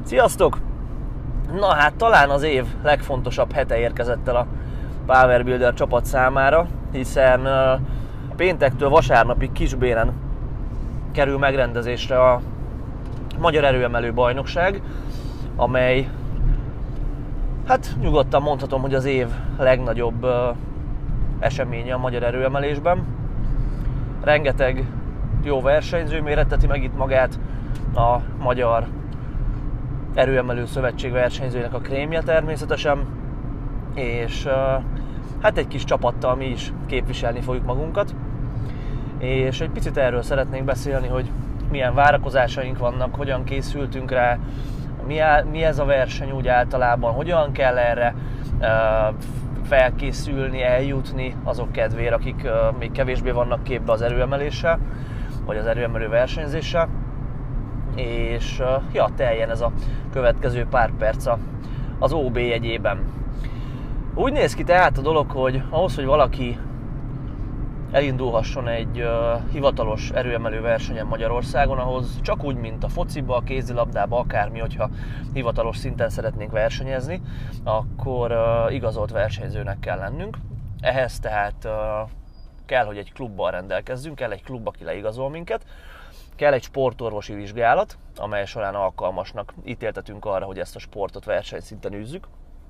Sziasztok! Na hát talán az év legfontosabb hete érkezett el a Power Builder csapat számára, hiszen péntektől vasárnapig Kisbéren kerül megrendezésre a Magyar Erőemelő Bajnokság, amely, hát nyugodtan mondhatom, hogy az év legnagyobb eseménye a magyar erőemelésben. Rengeteg jó versenyző méretteti meg itt magát, a Magyar Erőemelő Szövetség versenyzőinek a krémje természetesen, és hát egy kis csapattal mi is képviselni fogjuk magunkat, és egy picit erről szeretnénk beszélni, hogy milyen várakozásaink vannak, hogyan készültünk rá, mi ez a verseny úgy általában, hogyan kell erre felkészülni, eljutni azok kedvére, akik még kevésbé vannak képbe az erőemeléssel, vagy az erőemelő versenyzéssel. És teljen ez a következő pár perc az OB jegyében. Úgy néz ki tehát a dolog, hogy ahhoz, hogy valaki elindulhasson egy hivatalos erőemelő versenyen Magyarországon, ahhoz csak úgy, mint a fociba, a kézilabdába, akármi, hogyha hivatalos szinten szeretnénk versenyezni, akkor igazolt versenyzőnek kell lennünk. Ehhez tehát kell, hogy egy klubbal rendelkezzünk, kell egy klub, aki leigazol minket, kell egy sportorvosi vizsgálat, amely során alkalmasnak ítéltetünk arra, hogy ezt a sportot versenyszinten űzzük.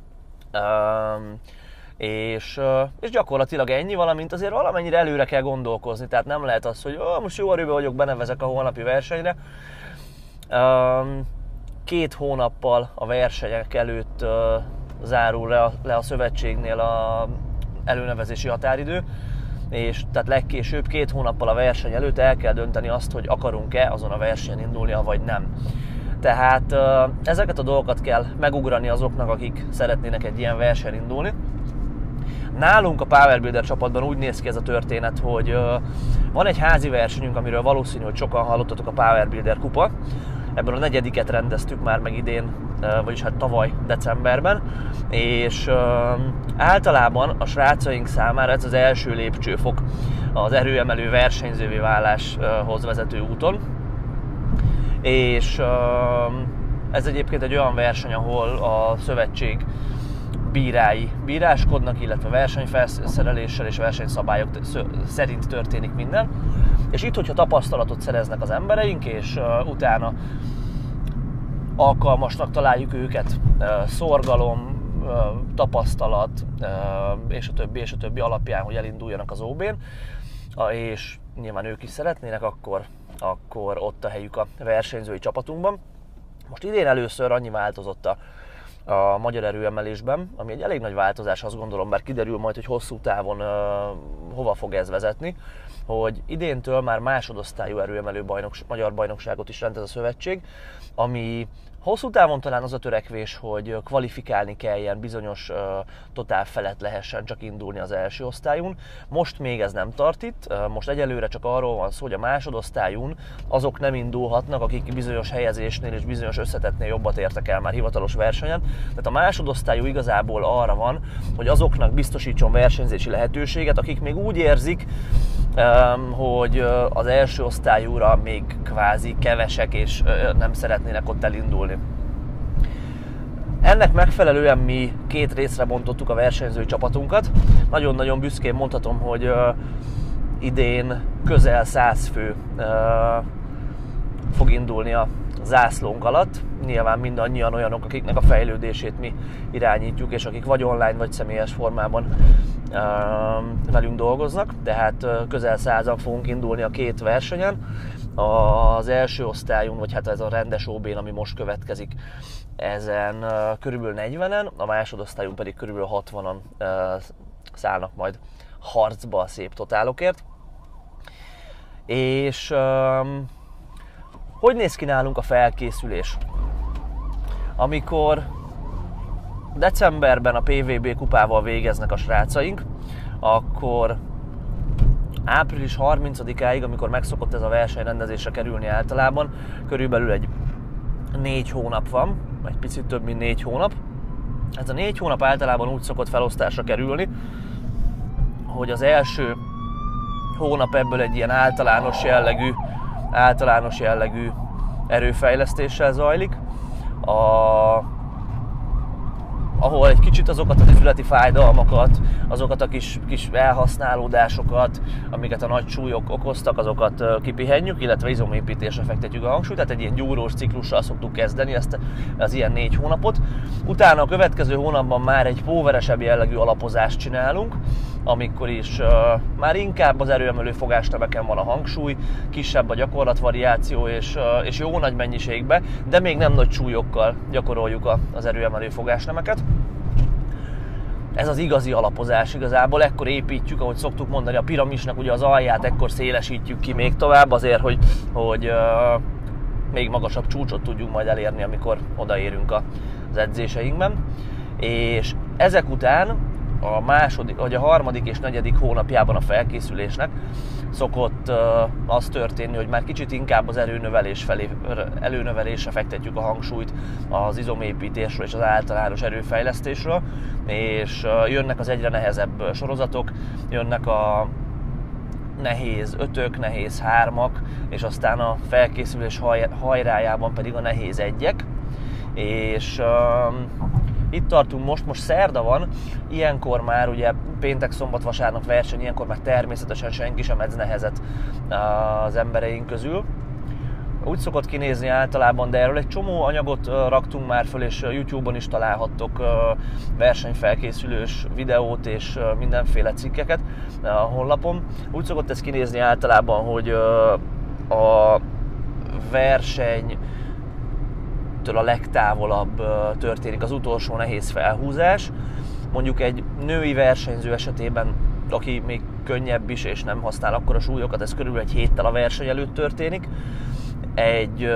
És gyakorlatilag ennyi, valamint azért valamennyire előre kell gondolkozni, tehát nem lehet az, hogy most jó erőben vagyok, benevezek a holnapi versenyre. 2 hónappal a versenyek előtt zárul le a szövetségnél a előnevezési határidő, és tehát legkésőbb 2 hónappal a verseny előtt el kell dönteni azt, hogy akarunk-e azon a versenyen indulni, vagy nem. Tehát ezeket a dolgokat kell megugrani azoknak, akik szeretnének egy ilyen versenyen indulni. Nálunk a Power Builder csapatban úgy néz ki ez a történet, hogy van egy házi versenyünk, amiről valószínű, hogy sokan hallottatok, a Power Builder kupa. Ebből a 4. rendeztük már meg idén, vagyis hát tavaly decemberben, és általában a srácaink számára ez az első lépcsőfok az erőemelő versenyzővé váláshoz vezető úton. És ez egyébként egy olyan verseny, ahol a szövetség bírái bíráskodnak, illetve versenyfelszereléssel és versenyszabályok szerint történik minden. És itt, hogyha tapasztalatot szereznek az embereink, és utána alkalmasnak találjuk őket szorgalom, tapasztalat és a többi alapján, hogy elinduljanak az OB-n, és nyilván ők is szeretnének, akkor ott a helyük a versenyzői csapatunkban. Most idén először annyi változott a magyar erőemelésben, ami egy elég nagy változás, azt gondolom, bár kiderül majd, hogy hosszú távon hova fog ez vezetni, hogy idéntől már másodosztályú erőemelő magyar bajnokságot is rendez a szövetség, ami hosszú távon talán az a törekvés, hogy kvalifikálni kelljen, bizonyos totál felett lehessen csak indulni az első osztályún. Most még ez nem tart itt, most egyelőre csak arról van szó, hogy a másodosztályún azok nem indulhatnak, akik bizonyos helyezésnél és bizonyos összetettnél jobbat értek el már hivatalos versenyen. Tehát a másodosztályú igazából arra van, hogy azoknak biztosítson versenyzési lehetőséget, akik még úgy érzik, hogy az első osztályúra még kvázi kevesek, és nem szeretnének ott elindulni. Ennek megfelelően mi 2 részre bontottuk a versenyzői csapatunkat. Nagyon-nagyon büszkén mondhatom, hogy idén közel 100 fő fog indulni a zászlónk alatt. Nyilván mindannyian olyanok, akiknek a fejlődését mi irányítjuk, és akik vagy online, vagy személyes formában velünk dolgoznak, tehát közel 100-an fogunk indulni a 2 versenyen. Az első osztályunk, vagy hát ez a rendes OB-n, ami most következik, ezen körülbelül 40-en, a másodosztályunk pedig körülbelül 60-an szállnak majd harcba a szép totálokért. És hogy néz ki nálunk a felkészülés? Amikor decemberben a PVB kupával végeznek a srácaink, akkor április 30-áig, amikor megszokott ez a verseny rendezésre kerülni általában, körülbelül egy 4 hónap van, egy picit több mint 4 hónap. Ez a 4 hónap általában úgy szokott felosztásra kerülni, hogy az első hónap ebből egy ilyen általános jellegű erőfejlesztéssel zajlik. ahol egy kicsit azokat az üzleti fájdalmakat, azokat a kis elhasználódásokat, amiket a nagy súlyok okoztak, azokat kipihenjük, illetve izomépítésre fektetjük a hangsúlyt, tehát egy ilyen gyúrós ciklussal szoktuk kezdeni az ilyen 4 hónapot. Utána a következő hónapban már egy póveresebb jellegű alapozást csinálunk, amikor is már inkább az erőemelő fogásnemeken van a hangsúly, kisebb a gyakorlatvariáció és jó nagy mennyiségbe, de még nem nagy súlyokkal gyakoroljuk az erőemelő fogásnemeket. Ez az igazi alapozás igazából, ekkor építjük, ahogy szoktuk mondani, a piramisnak ugye az alját ekkor szélesítjük ki még tovább azért, hogy még magasabb csúcsot tudjunk majd elérni, amikor odaérünk az edzéseinkben. És ezek után a harmadik és negyedik hónapjában a felkészülésnek szokott az történni, hogy már kicsit inkább az erőnövelésre fektetjük a hangsúlyt, az izomépítésről és az általános erőfejlesztésről, és jönnek az egyre nehezebb sorozatok, jönnek a nehéz 5-ök, nehéz 3-ak, és aztán a felkészülés hajrájában pedig a nehéz 1-ek, és itt tartunk most szerda van, ilyenkor már ugye péntek, szombat, vasárnap verseny, ilyenkor már természetesen senki sem edz nehezet az embereink közül. Úgy szokott kinézni általában, de erről egy csomó anyagot raktunk már föl, és YouTube-on is találhattok versenyfelkészülős videót és mindenféle cikkeket a honlapon. Úgy szokott ez kinézni általában, hogy a verseny a legtávolabb történik az utolsó nehéz felhúzás. Mondjuk egy női versenyző esetében, aki még könnyebb is és nem használ akkora súlyokat, ez körülbelül egy héttel a verseny előtt történik. Egy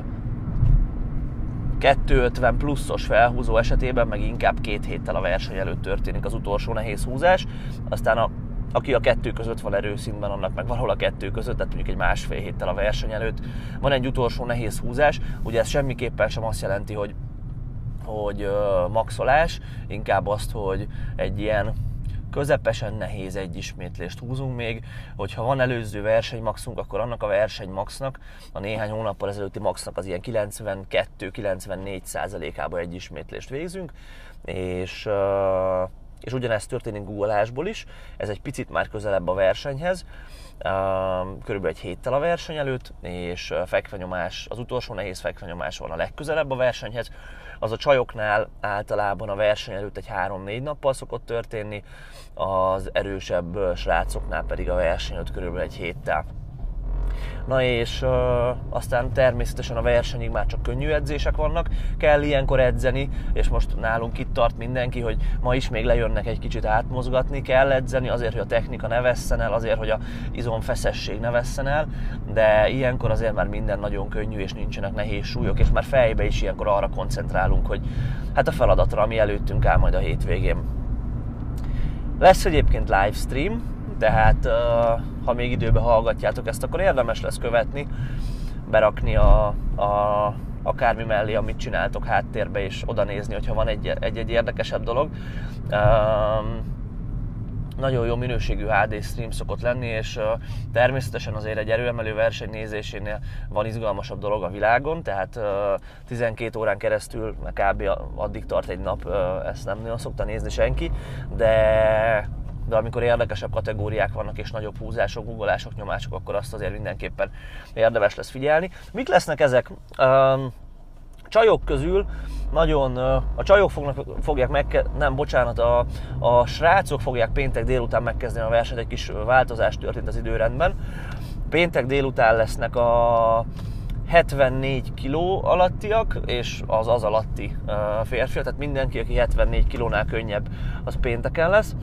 250 pluszos felhúzó esetében meg inkább 2 héttel a verseny előtt történik az utolsó nehéz húzás. Aztán aki a 2 között van erőszintben, annak meg valahol a 2 között, tehát mondjuk egy 1,5 héttel a verseny előtt van egy utolsó nehéz húzás. Ugye ez semmiképpen sem azt jelenti, hogy maxolás, inkább azt, hogy egy ilyen közepesen nehéz egy ismétlést húzunk még. Hogyha van előző versenymaxunk, akkor annak a versenymaxnak, a néhány hónappal ezelőtti maxnak az ilyen 92-94%-ában egy ismétlést végzünk, és ugyanezt történik guggolásból is, ez egy picit már közelebb a versenyhez, körülbelül egy héttel a verseny előtt, és fekvenyomás, az utolsó nehéz fekvenyomás van a legközelebb a versenyhez. Az a csajoknál általában a verseny előtt egy 3-4 nappal szokott történni, az erősebb srácoknál pedig a verseny előtt körülbelül egy héttel. Na és aztán természetesen a versenyig már csak könnyű edzések vannak, kell ilyenkor edzeni, és most nálunk itt tart mindenki, hogy ma is még lejönnek egy kicsit átmozgatni, kell edzeni azért, hogy a technika ne vesszen el, azért, hogy a izomfeszesség ne vesszen el, de ilyenkor azért már minden nagyon könnyű, és nincsenek nehéz súlyok, és már fejbe is ilyenkor arra koncentrálunk, hogy hát a feladatra, ami előttünk áll majd a hétvégén. Lesz egyébként livestream, tehát ha még időben hallgatjátok ezt, akkor érdemes lesz követni, berakni akármi mellé, amit csináltok háttérbe, és oda nézni, hogyha van egy érdekesebb dolog. Nagyon jó minőségű HD stream szokott lenni, és természetesen azért egy erőemelő verseny nézésénél van izgalmasabb dolog a világon, tehát 12 órán keresztül, kb. Addig tart egy nap, ezt nem nagyon szokta nézni senki, de amikor érdekesebb kategóriák vannak és nagyobb húzások, guggolások, nyomások, akkor azt azért mindenképpen érdemes lesz figyelni. Mik lesznek ezek? Csajok közül nagyon, a csajok a srácok fogják péntek délután megkezdeni a versenyt, egy kis változás történt az időrendben. Péntek délután lesznek a 74 kg alattiak és az alatti férfiak, tehát mindenki, aki 74 kilónál könnyebb, az pénteken lesz.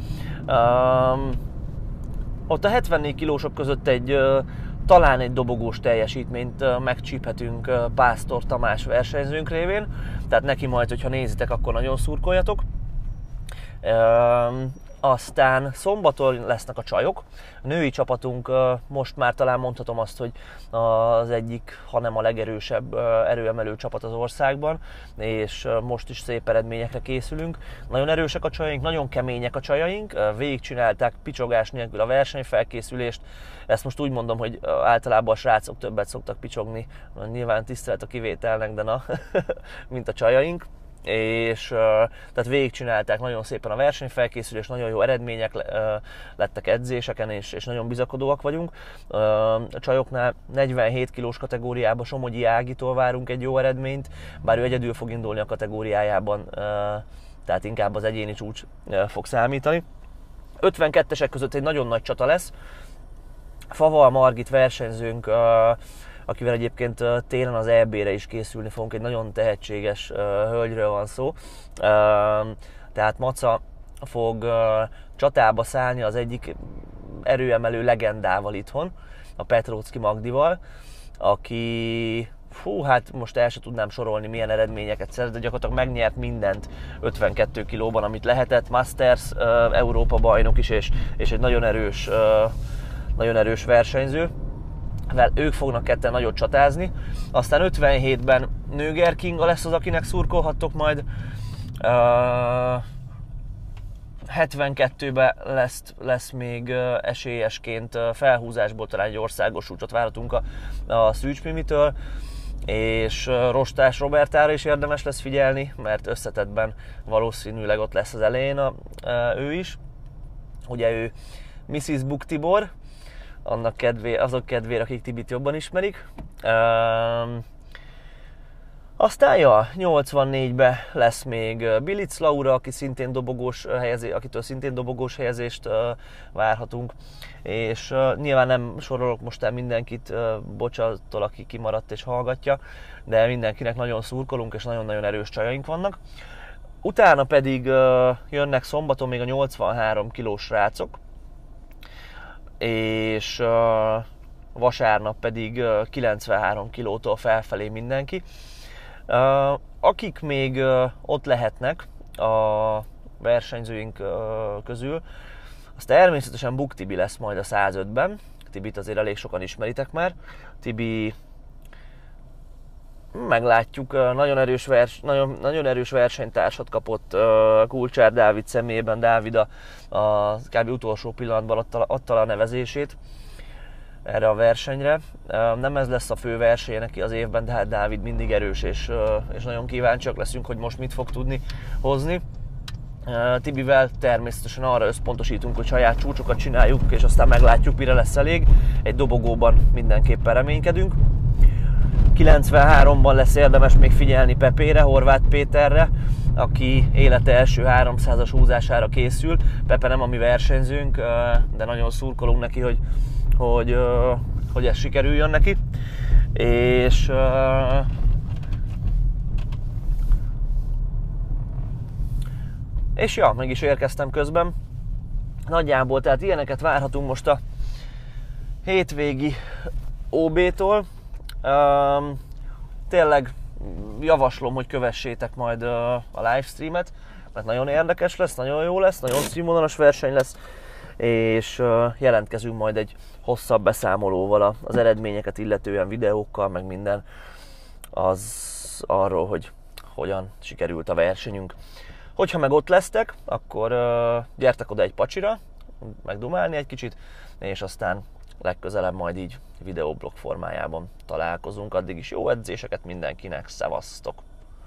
Ott a 74 kilósok között talán egy dobogós teljesítményt megcsíphetünk Pásztor Tamás versenyzőnk révén, tehát neki majd, hogyha nézitek, akkor nagyon szurkoljatok. Aztán szombaton lesznek a csajok. A női csapatunk most már talán mondhatom azt, hogy az egyik, hanem a legerősebb erőemelő csapat az országban, és most is szép eredményekre készülünk. Nagyon erősek a csajaink, nagyon kemények a csajaink, végigcsinálták picsogás nélkül a versenyfelkészülést. Ezt most úgy mondom, hogy általában a srácok többet szoktak picsogni, nyilván tisztelet a kivételnek, de na, mint a csajaink. És tehát végigcsinálták nagyon szépen a versenyfelkészülést, nagyon jó eredmények lettek edzéseken, és nagyon bizakodóak vagyunk. A csajoknál 47 kilós kategóriában Somogyi Ágitól várunk egy jó eredményt, bár ő egyedül fog indulni a kategóriájában, tehát inkább az egyéni csúcs fog számítani. 52-esek között egy nagyon nagy csata lesz. Faval Margit versenyzőnk, akivel egyébként télen az EB-re is készülni fogunk, egy nagyon tehetséges hölgyről van szó. Tehát Maca fog csatába szállni az egyik erőemelő legendával itthon, a Petróczky Magdival, aki, hát most el sem tudnám sorolni, milyen eredményeket szerzett, de gyakorlatilag megnyert mindent 52 kilóban, amit lehetett, Masters, Európa bajnok is, és egy nagyon erős versenyző. Ők fognak ketten nagyot csatázni. Aztán 57-ben Nőger Kinga lesz az, akinek szurkolhattok majd. 72-ben lesz még esélyesként felhúzásból talán egy országos úcsot várhatunk a Szűcs Mimitől, és Rostás Robertára is érdemes lesz figyelni, mert összetettben valószínűleg ott lesz az elején ő is. Ugye ő Mrs. Buk Tibor, azok kedvére, akik Tibit jobban ismerik. Aztán 84-ben lesz még Bilic Laura, akitől szintén dobogós helyezést várhatunk. És nyilván nem sorolok most el mindenkit, bocsánattól, aki kimaradt és hallgatja, de mindenkinek nagyon szurkolunk, és nagyon-nagyon erős csajaink vannak. Utána pedig jönnek szombaton még a 83 kilós srácok, és vasárnap pedig 93 kilótól felfelé mindenki. Akik még ott lehetnek a versenyzőink közül, az természetesen Buk Tibi lesz majd a 105-ben. Tibit azért elég sokan ismeritek már. Tibi, meglátjuk, nagyon erős versenytársat kapott Kulcsár Dávid személyében. Dávid a kb. Utolsó pillanatban adta a nevezését erre a versenyre. Nem ez lesz a fő versenye neki az évben, de hát Dávid mindig erős, és nagyon kíváncsiak leszünk, hogy most mit fog tudni hozni. Tibivel természetesen arra összpontosítunk, hogy saját csúcsokat csináljuk, és aztán meglátjuk, mire lesz elég. Egy dobogóban mindenképpen reménykedünk. 93-ban lesz érdemes még figyelni Pepére, Horváth Péterre, aki élete első 300-as húzására készül. Pepe nem a mi versenyzőnk, de nagyon szurkolunk neki, hogy ez sikerüljön neki. És ja, meg is érkeztem közben. Nagyjából, tehát ilyeneket várhatunk most a hétvégi OB-tól. Tényleg javaslom, hogy kövessétek majd a livestreamet, mert nagyon érdekes lesz, nagyon jó lesz, nagyon színvonalas verseny lesz, és jelentkezünk majd egy hosszabb beszámolóval az eredményeket illetően, videókkal, meg minden az arról, hogy hogyan sikerült a versenyünk. Hogyha meg ott lesztek, akkor gyertek oda egy pacsira, megdumálni egy kicsit, és aztán legközelebb majd így videoblog formájában találkozunk. Addig is jó edzéseket mindenkinek, szevasztok!